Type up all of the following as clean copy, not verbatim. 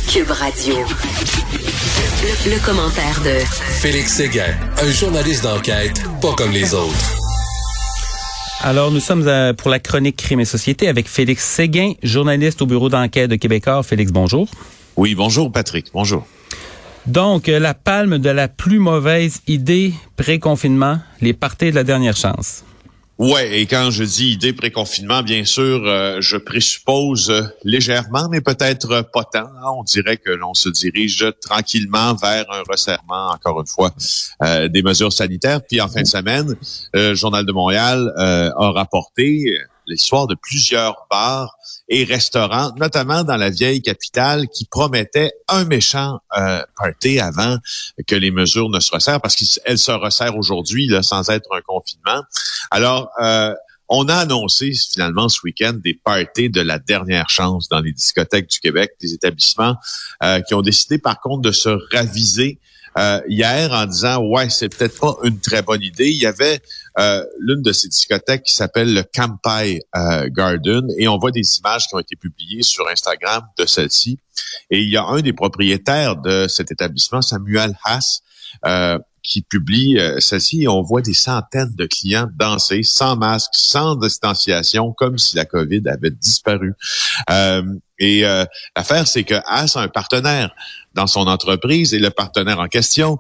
Cube Radio. Le commentaire de Félix Séguin, un journaliste d'enquête pas comme les autres. Alors, nous sommes pour la chronique Crime et Société avec Félix Séguin, journaliste au bureau d'enquête de Québecor. Félix, bonjour. Oui, bonjour Patrick, bonjour. Donc, la palme de la plus mauvaise idée pré-confinement, les parties de la dernière chance. Ouais, et quand je dis idée pré-confinement, bien sûr, je présuppose légèrement, mais peut-être pas tant. On dirait que l'on se dirige tranquillement vers un resserrement, encore une fois, des mesures sanitaires. Puis en fin de semaine, le Journal de Montréal a rapporté l'histoire de plusieurs bars et restaurants, notamment dans la vieille capitale, qui promettaient un méchant party avant que les mesures ne se resserrent, parce qu'elles se resserrent aujourd'hui là, sans être un confinement. Alors, on a annoncé finalement ce week-end des parties de la dernière chance dans les discothèques du Québec, des établissements qui ont décidé par contre de se raviser hier en disant ouais, c'est peut-être pas une très bonne idée. Il y avait l'une de ces discothèques qui s'appelle le Kampai Garden et on voit des images qui ont été publiées sur Instagram de celle-ci. Et il y a un des propriétaires de cet établissement, Samuel Haas, qui publie celle-ci et on voit des centaines de clients danser sans masque, sans distanciation, comme si la COVID avait disparu. L'affaire, c'est que Haas a un partenaire dans son entreprise et le partenaire en question,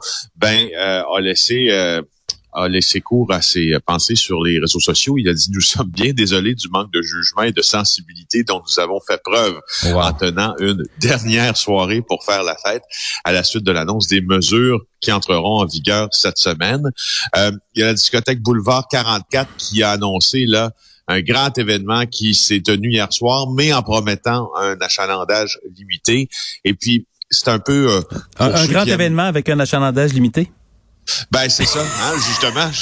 a laissé cours à ses pensées sur les réseaux sociaux. Il a dit « Nous sommes bien désolés du manque de jugement et de sensibilité dont nous avons fait preuve en tenant une dernière soirée pour faire la fête à la suite de l'annonce des mesures qui entreront en vigueur cette semaine. » Il y a la discothèque Boulevard 44 qui a annoncé là un grand événement qui s'est tenu hier soir, mais en promettant un achalandage limité. Et puis, c'est un peu... un grand événement avec un achalandage limité? Ben c'est ça, hein, justement,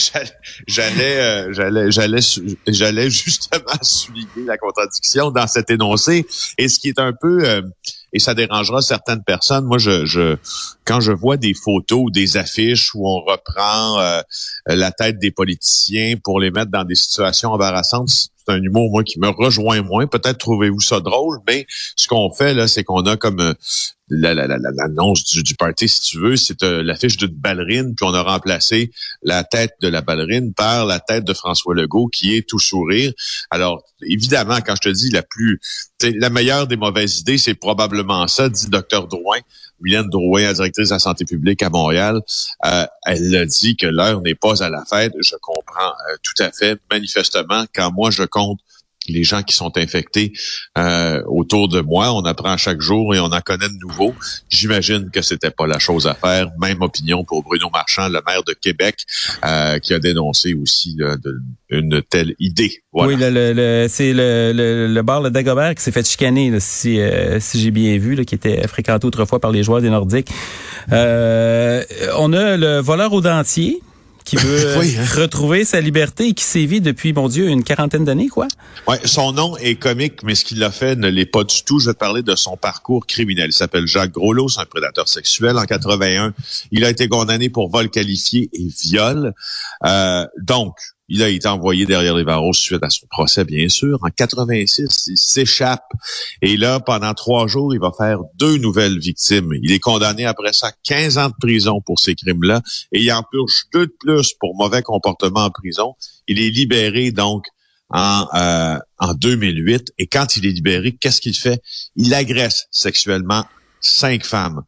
j'allais justement souligner la contradiction dans cet énoncé. Et ce qui est un peu et ça dérangera certaines personnes. Moi, quand je vois des photos ou des affiches où on reprend la tête des politiciens pour les mettre dans des situations embarrassantes, c'est un humour, moi, qui me rejoint moins. Peut-être trouvez-vous ça drôle, mais ce qu'on fait, là, c'est qu'on a comme l'annonce du party, si tu veux, c'est l'affiche d'une ballerine, puis on a remplacé la tête de la ballerine par la tête de François Legault, qui est tout sourire. Alors, évidemment, quand je te dis la meilleure des mauvaises idées, c'est probablement ça, dit Dr Drouin. Mylène Drouin, la directrice de la santé publique à Montréal, elle a dit que l'heure n'est pas à la fête. Je comprends tout à fait. Manifestement, quand moi je compte les gens qui sont infectés autour de moi, on apprend chaque jour et on en connaît de nouveaux. J'imagine que c'était pas la chose à faire. Même opinion pour Bruno Marchand, le maire de Québec, qui a dénoncé aussi une telle idée. Voilà. Oui, c'est le bar le Dagobert qui s'est fait chicaner, là, si j'ai bien vu, là, qui était fréquenté autrefois par les joueurs des Nordiques. On a le voleur au dentier qui veut retrouver sa liberté et qui sévit depuis, mon Dieu, une quarantaine d'années, quoi. Ouais, son nom est comique, mais ce qu'il a fait ne l'est pas du tout. Je vais te parler de son parcours criminel. Il s'appelle Jacques Groslot, c'est un prédateur sexuel. En 81, il a été condamné pour vol qualifié et viol. Donc, il a été envoyé derrière les barreaux suite à son procès, bien sûr. En 86, il s'échappe. Et là, pendant 3 jours, il va faire 2 nouvelles victimes. Il est condamné après ça 15 ans de prison pour ces crimes-là. Et il en purge 2 de plus pour mauvais comportement en prison. Il est libéré, donc, en 2008. Et quand il est libéré, qu'est-ce qu'il fait? Il agresse sexuellement 5 femmes.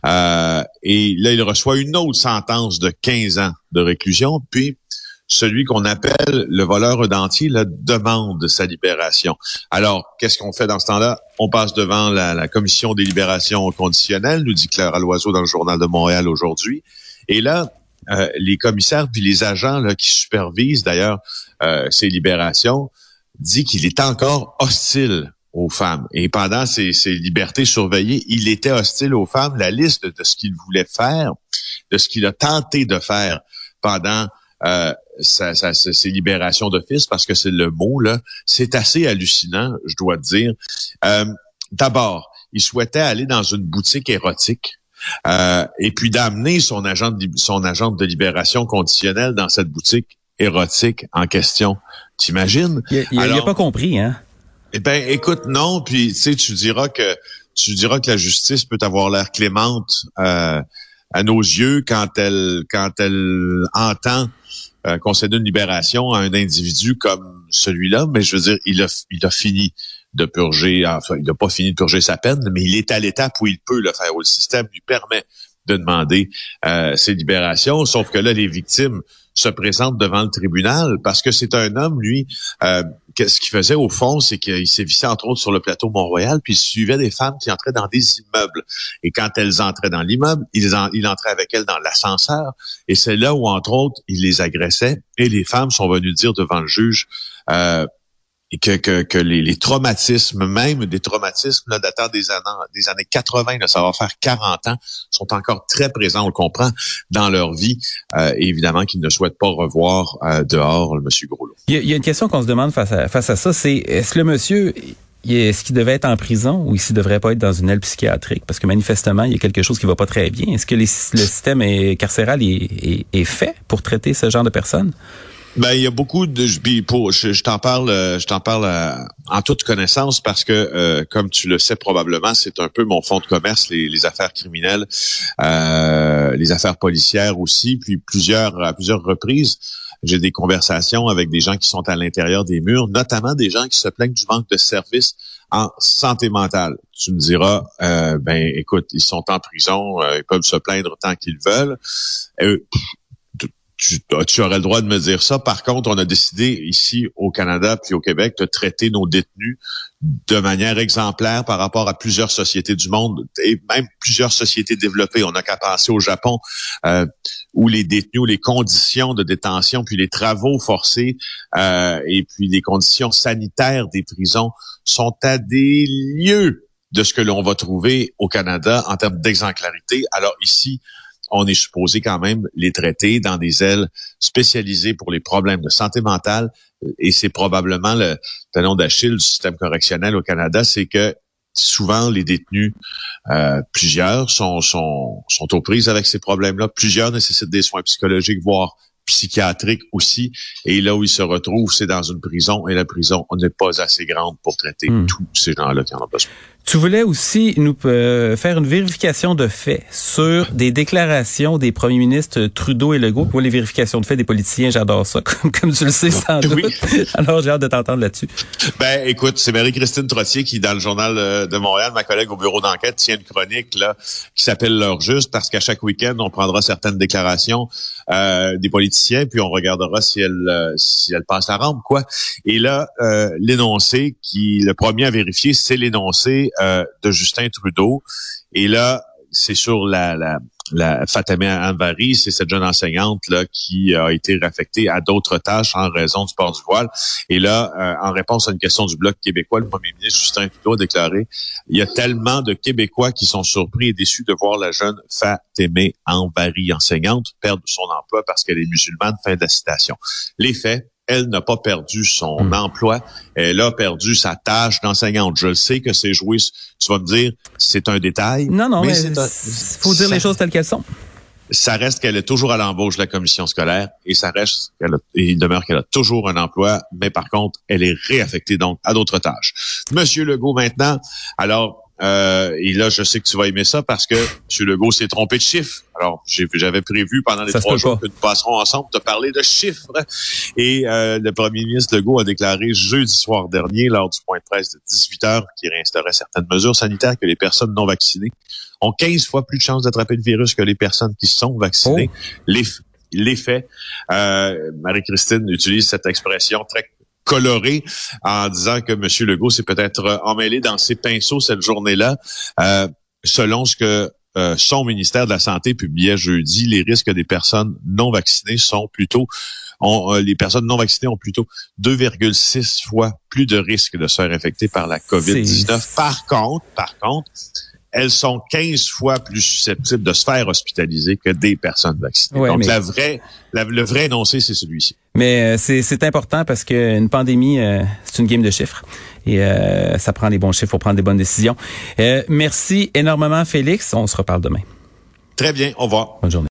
Et là, il reçoit une autre sentence de 15 ans de réclusion. Puis, celui qu'on appelle le voleur au dentier demande sa libération. Alors, qu'est-ce qu'on fait dans ce temps-là? On passe devant la commission des libérations conditionnelles, nous dit Clara Loiseau dans le Journal de Montréal aujourd'hui. Et là, les commissaires puis les agents là, qui supervisent d'ailleurs ces libérations disent qu'il est encore hostile aux femmes. Et pendant ces libertés surveillées, il était hostile aux femmes. La liste de ce qu'il voulait faire, de ce qu'il a tenté de faire pendant ces libérations d'office, parce que c'est le mot, là, c'est assez hallucinant, je dois te dire. D'abord, il souhaitait aller dans une boutique érotique et puis d'amener son agente de libération conditionnelle dans cette boutique érotique en question. T'imagines? Il a pas compris, hein? Eh ben, écoute, non, puis tu sais, tu diras que tu diras que la justice peut avoir l'air clémente à nos yeux quand elle entend concéder une libération à un individu comme celui-là, mais je veux dire, il a fini de purger, enfin, il n'a pas fini de purger sa peine, mais il est à l'étape où il peut le faire, où le système lui permet de demander ses libérations, sauf que là, les victimes se présentent devant le tribunal parce que c'est un homme, lui, ce qu'il faisait au fond, c'est qu'il sévissait entre autres sur le plateau Mont-Royal, puis il suivait des femmes qui entraient dans des immeubles. Et quand elles entraient dans l'immeuble, il entrait avec elles dans l'ascenseur, et c'est là où, entre autres, il les agressait, et les femmes sont venues dire devant le juge que les traumatismes, même des traumatismes là, datant des années 80, là, ça va faire 40 ans, sont encore très présents, on le comprend, dans leur vie. Et évidemment qu'ils ne souhaitent pas revoir dehors le monsieur Groslot. Il y a une question qu'on se demande face à ça, c'est est-ce que le monsieur, est-ce qu'il devait être en prison ou s'il devrait pas être dans une aile psychiatrique? Parce que manifestement, il y a quelque chose qui va pas très bien. Est-ce que le système carcéral est fait pour traiter ce genre de personnes? Ben, il y a beaucoup de, je t'en parle en toute connaissance parce que, comme tu le sais probablement, c'est un peu mon fonds de commerce, les affaires criminelles, les affaires policières aussi, puis à plusieurs reprises, j'ai des conversations avec des gens qui sont à l'intérieur des murs, notamment des gens qui se plaignent du manque de services en santé mentale. Tu me diras, ben, écoute, ils sont en prison, ils peuvent se plaindre tant qu'ils veulent. Tu aurais le droit de me dire ça. Par contre, on a décidé ici au Canada puis au Québec de traiter nos détenus de manière exemplaire par rapport à plusieurs sociétés du monde et même plusieurs sociétés développées. On n'a qu'à penser au Japon où les détenus, où les conditions de détention, puis les travaux forcés et puis les conditions sanitaires des prisons sont à des lieues de ce que l'on va trouver au Canada en termes d'exemplarité. Alors ici, on est supposé quand même les traiter dans des ailes spécialisées pour les problèmes de santé mentale. Et c'est probablement le talon d'Achille du système correctionnel au Canada, c'est que souvent les détenus, plusieurs sont aux prises avec ces problèmes-là. Plusieurs nécessitent des soins psychologiques, voire psychiatrique aussi, et là où il se retrouve, c'est dans une prison, et la prison n'est pas assez grande pour traiter tous ces gens-là qui en ont besoin. Tu voulais aussi nous faire une vérification de faits sur des déclarations des premiers ministres Trudeau et Legault. Pour les vérifications de faits des politiciens, j'adore ça, comme tu le sais sans doute. Oui. Alors, j'ai hâte de t'entendre là-dessus. Ben, écoute, c'est Marie-Christine Trottier qui, dans le Journal de Montréal, ma collègue au bureau d'enquête, tient une chronique là qui s'appelle L'heure juste, parce qu'à chaque week-end, on prendra certaines déclarations des politiciens, puis on regardera si elles passent la rampe, quoi. Et là, l'énoncé le premier à vérifier, c'est l'énoncé de Justin Trudeau. Et là, c'est sur la Fatemeh Anvari, c'est cette jeune enseignante là qui a été réaffectée à d'autres tâches en raison du port du voile. Et là, en réponse à une question du Bloc québécois, le premier ministre Justin Trudeau a déclaré « Il y a tellement de Québécois qui sont surpris et déçus de voir la jeune Fatemeh Anvari, enseignante, perdre son emploi parce qu'elle est musulmane. » Fin de la citation. Les faits. Elle n'a pas perdu son emploi, elle a perdu sa tâche d'enseignante. Je sais que c'est joué, tu vas me dire, c'est un détail. Non, mais faut dire les choses telles qu'elles sont. Ça reste qu'elle est toujours à l'embauche de la commission scolaire et il demeure qu'elle a toujours un emploi, mais par contre, elle est réaffectée donc à d'autres tâches. Monsieur Legault maintenant, alors, et là, je sais que tu vas aimer ça parce que M. Legault s'est trompé de chiffre. Alors, j'avais prévu pendant les 3 jours que nous passerons ensemble de parler de chiffres. Et le premier ministre Legault a déclaré jeudi soir dernier, lors du point de presse de 18h, qu'il réinstaurait certaines mesures sanitaires, que les personnes non vaccinées ont 15 fois plus de chances d'attraper le virus que les personnes qui sont vaccinées. Les faits, Marie-Christine utilise cette expression très coloré en disant que M. Legault s'est peut-être emmêlé dans ses pinceaux cette journée-là. Selon ce que son ministère de la Santé publiait jeudi, les risques des personnes non vaccinées sont plutôt les personnes non vaccinées ont plutôt 2,6 fois plus de risques de se faire infecter par la COVID-19. Par contre, elles sont 15 fois plus susceptibles de se faire hospitaliser que des personnes vaccinées. Ouais, donc, le vrai énoncé, c'est celui-ci. Mais c'est important parce que une pandémie, c'est une game de chiffres. Et ça prend des bons chiffres pour prendre des bonnes décisions. Merci énormément, Félix. On se reparle demain. Très bien. Au revoir. Bonne journée.